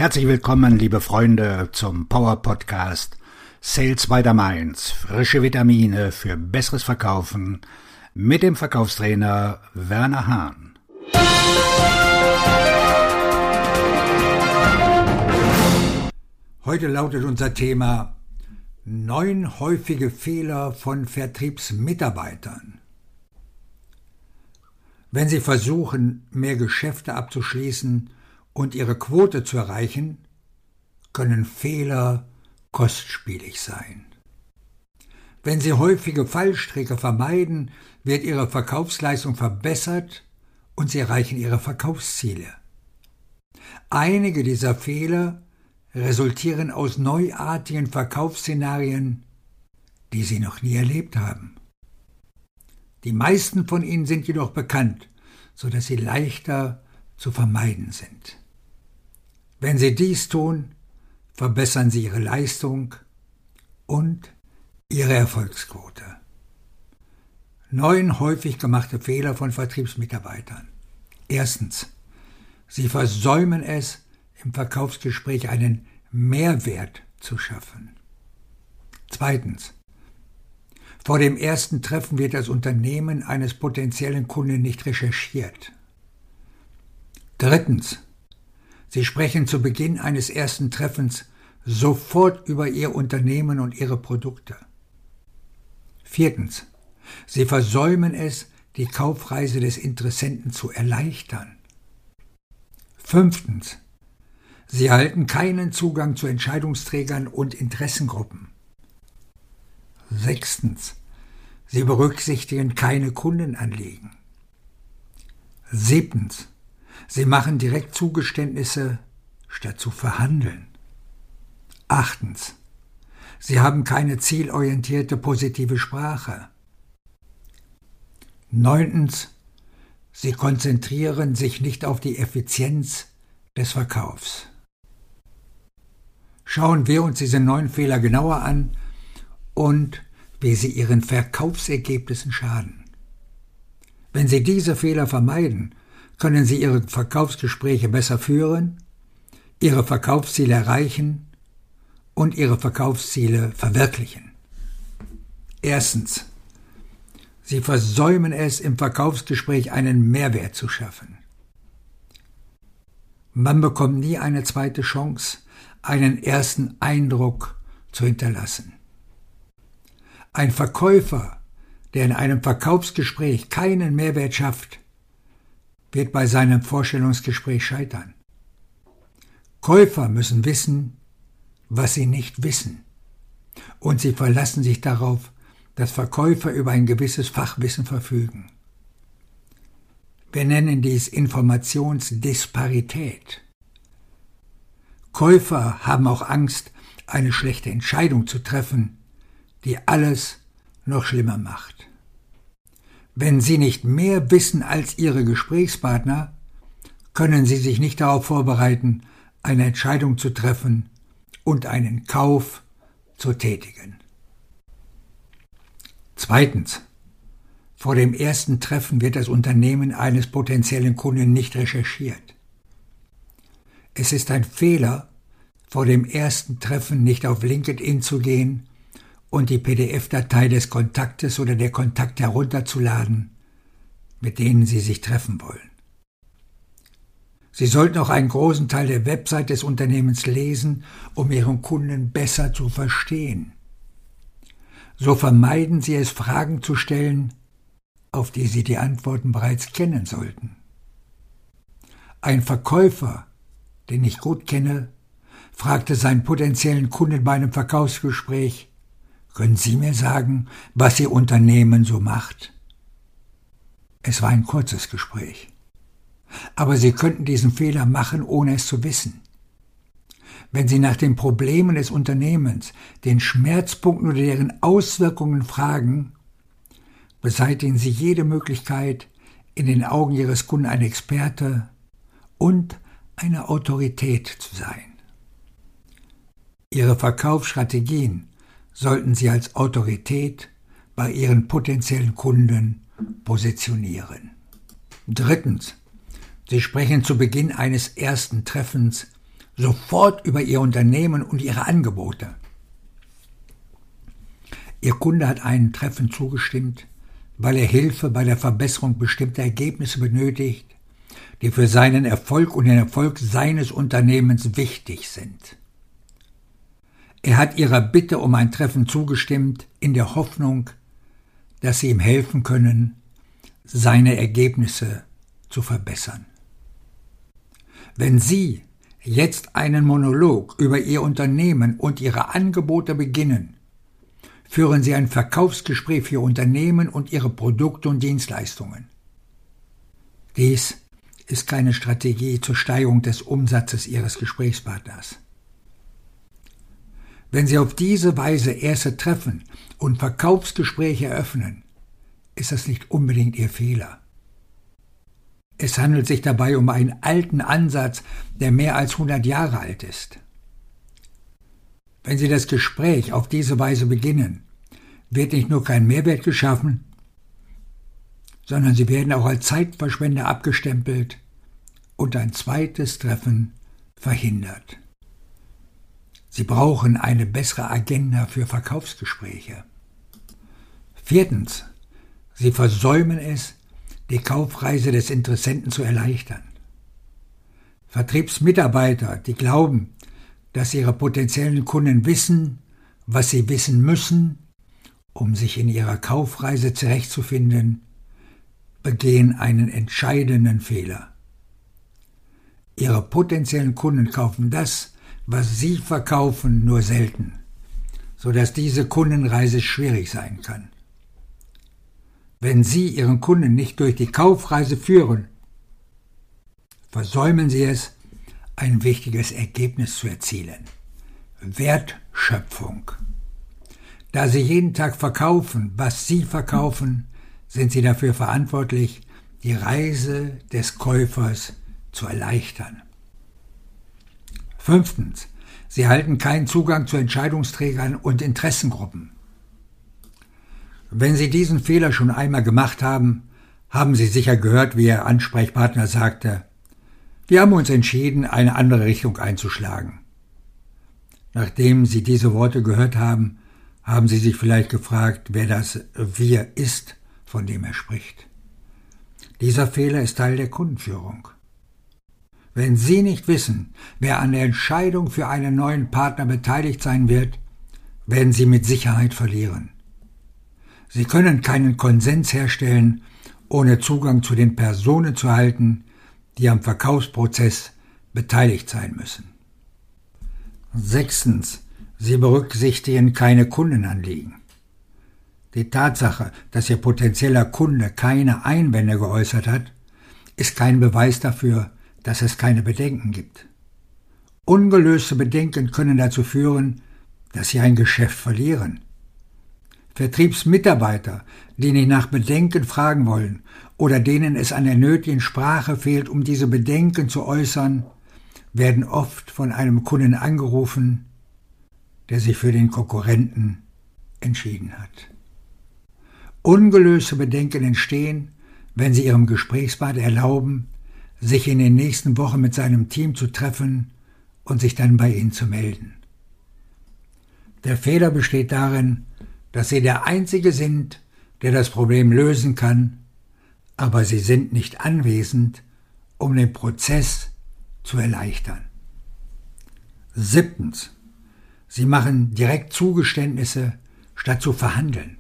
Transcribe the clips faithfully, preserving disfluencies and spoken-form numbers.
Herzlich willkommen, liebe Freunde, zum Power Podcast Sales by the Mainz. Frische Vitamine für besseres Verkaufen mit dem Verkaufstrainer Werner Hahn. Heute lautet unser Thema neun häufige Fehler von Vertriebsmitarbeitern. Wenn Sie versuchen, mehr Geschäfte abzuschließen und Ihre Quote zu erreichen, können Fehler kostspielig sein. Wenn Sie häufige Fallstricke vermeiden, wird Ihre Verkaufsleistung verbessert und Sie erreichen Ihre Verkaufsziele. Einige dieser Fehler resultieren aus neuartigen Verkaufsszenarien, die Sie noch nie erlebt haben. Die meisten von ihnen sind jedoch bekannt, sodass sie leichter zu vermeiden sind. Wenn Sie dies tun, verbessern Sie Ihre Leistung und Ihre Erfolgsquote. Neun häufig gemachte Fehler von Vertriebsmitarbeitern. Erstens: Sie versäumen es, im Verkaufsgespräch einen Mehrwert zu schaffen. Zweitens: Vor dem ersten Treffen wird das Unternehmen eines potenziellen Kunden nicht recherchiert. Drittens: Sie sprechen zu Beginn eines ersten Treffens sofort über Ihr Unternehmen und Ihre Produkte. Viertens: Sie versäumen es, die Kaufreise des Interessenten zu erleichtern. Fünftens: Sie erhalten keinen Zugang zu Entscheidungsträgern und Interessengruppen. Sechstens: Sie berücksichtigen keine Kundenanliegen. Siebtens: Sie machen direkt Zugeständnisse, statt zu verhandeln. Achtens: Sie haben keine zielorientierte positive Sprache. Neuntens: Sie konzentrieren sich nicht auf die Effizienz des Verkaufs. Schauen wir uns diese neun Fehler genauer an und wie sie Ihren Verkaufsergebnissen schaden. Wenn Sie diese Fehler vermeiden, können Sie Ihre Verkaufsgespräche besser führen, Ihre Verkaufsziele erreichen und Ihre Verkaufsziele verwirklichen. Erstens: Sie versäumen es, im Verkaufsgespräch einen Mehrwert zu schaffen. Man bekommt nie eine zweite Chance, einen ersten Eindruck zu hinterlassen. Ein Verkäufer, der in einem Verkaufsgespräch keinen Mehrwert schafft, wird bei seinem Vorstellungsgespräch scheitern. Käufer müssen wissen, was sie nicht wissen, und sie verlassen sich darauf, dass Verkäufer über ein gewisses Fachwissen verfügen. Wir nennen dies Informationsdisparität. Käufer haben auch Angst, eine schlechte Entscheidung zu treffen, die alles noch schlimmer macht. Wenn Sie nicht mehr wissen als Ihre Gesprächspartner, können Sie sich nicht darauf vorbereiten, eine Entscheidung zu treffen und einen Kauf zu tätigen. Zweitens: Vor dem ersten Treffen wird das Unternehmen eines potenziellen Kunden nicht recherchiert. Es ist ein Fehler, vor dem ersten Treffen nicht auf LinkedIn zu gehen und die P D F-Datei des Kontaktes oder der Kontakte herunterzuladen, mit denen Sie sich treffen wollen. Sie sollten auch einen großen Teil der Website des Unternehmens lesen, um Ihren Kunden besser zu verstehen. So vermeiden Sie es, Fragen zu stellen, auf die Sie die Antworten bereits kennen sollten. Ein Verkäufer, den ich gut kenne, fragte seinen potenziellen Kunden bei einem Verkaufsgespräch: Können Sie mir sagen, was Ihr Unternehmen so macht? Es war ein kurzes Gespräch. Aber Sie könnten diesen Fehler machen, ohne es zu wissen. Wenn Sie nach den Problemen des Unternehmens, den Schmerzpunkten oder deren Auswirkungen fragen, beseitigen Sie jede Möglichkeit, in den Augen Ihres Kunden ein Experte und eine Autorität zu sein. Ihre Verkaufsstrategien sollten Sie als Autorität bei Ihren potenziellen Kunden positionieren. Drittens: Sie sprechen zu Beginn eines ersten Treffens sofort über Ihr Unternehmen und Ihre Angebote. Ihr Kunde hat einem Treffen zugestimmt, weil er Hilfe bei der Verbesserung bestimmter Ergebnisse benötigt, die für seinen Erfolg und den Erfolg seines Unternehmens wichtig sind. Er hat Ihrer Bitte um ein Treffen zugestimmt, in der Hoffnung, dass Sie ihm helfen können, seine Ergebnisse zu verbessern. Wenn Sie jetzt einen Monolog über Ihr Unternehmen und Ihre Angebote beginnen, führen Sie ein Verkaufsgespräch für Ihr Unternehmen und Ihre Produkte und Dienstleistungen. Dies ist keine Strategie zur Steigerung des Umsatzes Ihres Gesprächspartners. Wenn Sie auf diese Weise erste Treffen und Verkaufsgespräche eröffnen, ist das nicht unbedingt Ihr Fehler. Es handelt sich dabei um einen alten Ansatz, der mehr als hundert Jahre alt ist. Wenn Sie das Gespräch auf diese Weise beginnen, wird nicht nur kein Mehrwert geschaffen, sondern Sie werden auch als Zeitverschwender abgestempelt und ein zweites Treffen verhindert. Sie brauchen eine bessere Agenda für Verkaufsgespräche. Viertens, Sie versäumen es, die Kaufreise des Interessenten zu erleichtern. Vertriebsmitarbeiter, die glauben, dass ihre potenziellen Kunden wissen, was sie wissen müssen, um sich in ihrer Kaufreise zurechtzufinden, begehen einen entscheidenden Fehler. Ihre potenziellen Kunden kaufen das, was Sie verkaufen, nur selten, sodass diese Kundenreise schwierig sein kann. Wenn Sie Ihren Kunden nicht durch die Kaufreise führen, versäumen Sie es, ein wichtiges Ergebnis zu erzielen. Wertschöpfung. Da Sie jeden Tag verkaufen, was Sie verkaufen, sind Sie dafür verantwortlich, die Reise des Käufers zu erleichtern. Fünftens. Sie halten keinen Zugang zu Entscheidungsträgern und Interessengruppen. Wenn Sie diesen Fehler schon einmal gemacht haben, haben Sie sicher gehört, wie Ihr Ansprechpartner sagte: Wir haben uns entschieden, eine andere Richtung einzuschlagen. Nachdem Sie diese Worte gehört haben, haben Sie sich vielleicht gefragt, wer das Wir ist, von dem er spricht. Dieser Fehler ist Teil der Kundenführung. Wenn Sie nicht wissen, wer an der Entscheidung für einen neuen Partner beteiligt sein wird, werden Sie mit Sicherheit verlieren. Sie können keinen Konsens herstellen, ohne Zugang zu den Personen zu halten, die am Verkaufsprozess beteiligt sein müssen. Sechstens. Sie berücksichtigen keine Kundenanliegen. Die Tatsache, dass Ihr potenzieller Kunde keine Einwände geäußert hat, ist kein Beweis dafür, dass es keine Bedenken gibt. Ungelöste Bedenken können dazu führen, dass Sie ein Geschäft verlieren. Vertriebsmitarbeiter, die nicht nach Bedenken fragen wollen oder denen es an der nötigen Sprache fehlt, um diese Bedenken zu äußern, werden oft von einem Kunden angerufen, der sich für den Konkurrenten entschieden hat. Ungelöste Bedenken entstehen, wenn Sie Ihrem Gesprächspartner erlauben, sich in den nächsten Wochen mit seinem Team zu treffen und sich dann bei Ihnen zu melden. Der Fehler besteht darin, dass Sie der Einzige sind, der das Problem lösen kann, aber Sie sind nicht anwesend, um den Prozess zu erleichtern. Siebtens. Sie machen direkt Zugeständnisse, statt zu verhandeln.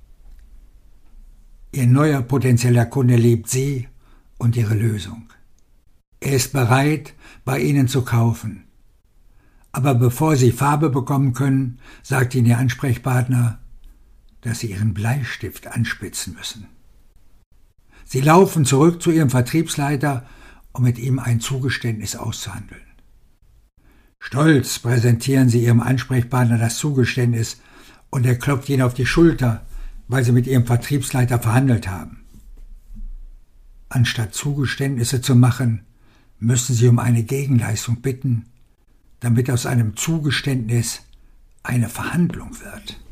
Ihr neuer potenzieller Kunde liebt Sie und Ihre Lösung. Er ist bereit, bei Ihnen zu kaufen. Aber bevor Sie Farbe bekommen können, sagt Ihnen Ihr Ansprechpartner, dass Sie Ihren Bleistift anspitzen müssen. Sie laufen zurück zu Ihrem Vertriebsleiter, um mit ihm ein Zugeständnis auszuhandeln. Stolz präsentieren Sie Ihrem Ansprechpartner das Zugeständnis und er klopft Ihnen auf die Schulter, weil Sie mit Ihrem Vertriebsleiter verhandelt haben. Anstatt Zugeständnisse zu machen, müssen Sie um eine Gegenleistung bitten, damit aus einem Zugeständnis eine Verhandlung wird.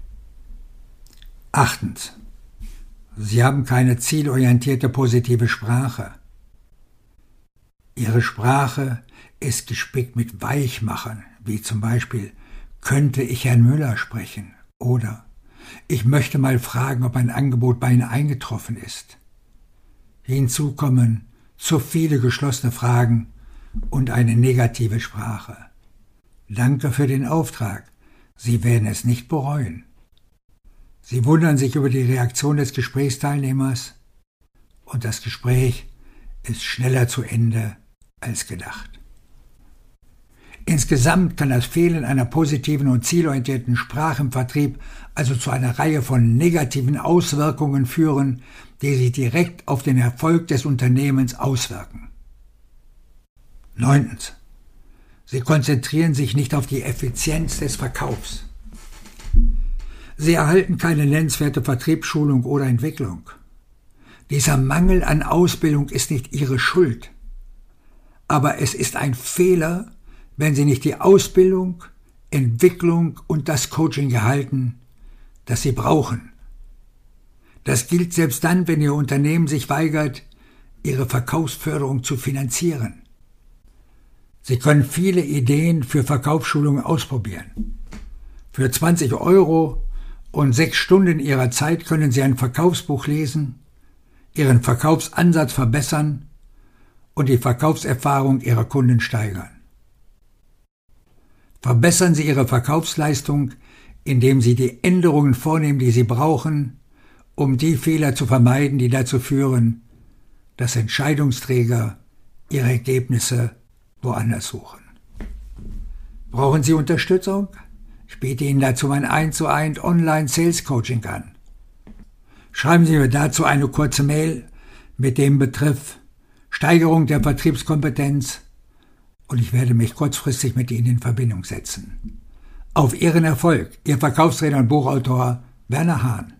Achtens. Sie haben keine zielorientierte positive Sprache. Ihre Sprache ist gespickt mit Weichmachern, wie zum Beispiel »Könnte ich Herrn Müller sprechen?« oder »Ich möchte mal fragen, ob ein Angebot bei Ihnen eingetroffen ist.« Hinzu kommen zu viele geschlossene Fragen und eine negative Sprache. Danke für den Auftrag. Sie werden es nicht bereuen. Sie wundern sich über die Reaktion des Gesprächsteilnehmers und das Gespräch ist schneller zu Ende als gedacht. Insgesamt kann das Fehlen einer positiven und zielorientierten Sprache im Vertrieb also zu einer Reihe von negativen Auswirkungen führen, die sich direkt auf den Erfolg des Unternehmens auswirken. Neuntens. Sie konzentrieren sich nicht auf die Effizienz des Verkaufs. Sie erhalten keine nennenswerte Vertriebsschulung oder Entwicklung. Dieser Mangel an Ausbildung ist nicht Ihre Schuld. Aber es ist ein Fehler, wenn Sie nicht die Ausbildung, Entwicklung und das Coaching erhalten, das Sie brauchen. Das gilt selbst dann, wenn Ihr Unternehmen sich weigert, Ihre Verkaufsförderung zu finanzieren. Sie können viele Ideen für Verkaufsschulungen ausprobieren. Für zwanzig Euro und sechs Stunden Ihrer Zeit können Sie ein Verkaufsbuch lesen, Ihren Verkaufsansatz verbessern und die Verkaufserfahrung Ihrer Kunden steigern. Verbessern Sie Ihre Verkaufsleistung, indem Sie die Änderungen vornehmen, die Sie brauchen, um die Fehler zu vermeiden, die dazu führen, dass Entscheidungsträger ihre Ergebnisse woanders suchen. Brauchen Sie Unterstützung? Ich biete Ihnen dazu mein eins zu eins Online-Sales-Coaching an. Schreiben Sie mir dazu eine kurze Mail mit dem Betreff Steigerung der Vertriebskompetenz und ich werde mich kurzfristig mit Ihnen in Verbindung setzen. Auf Ihren Erfolg, Ihr Verkaufstrainer und Buchautor Werner Hahn.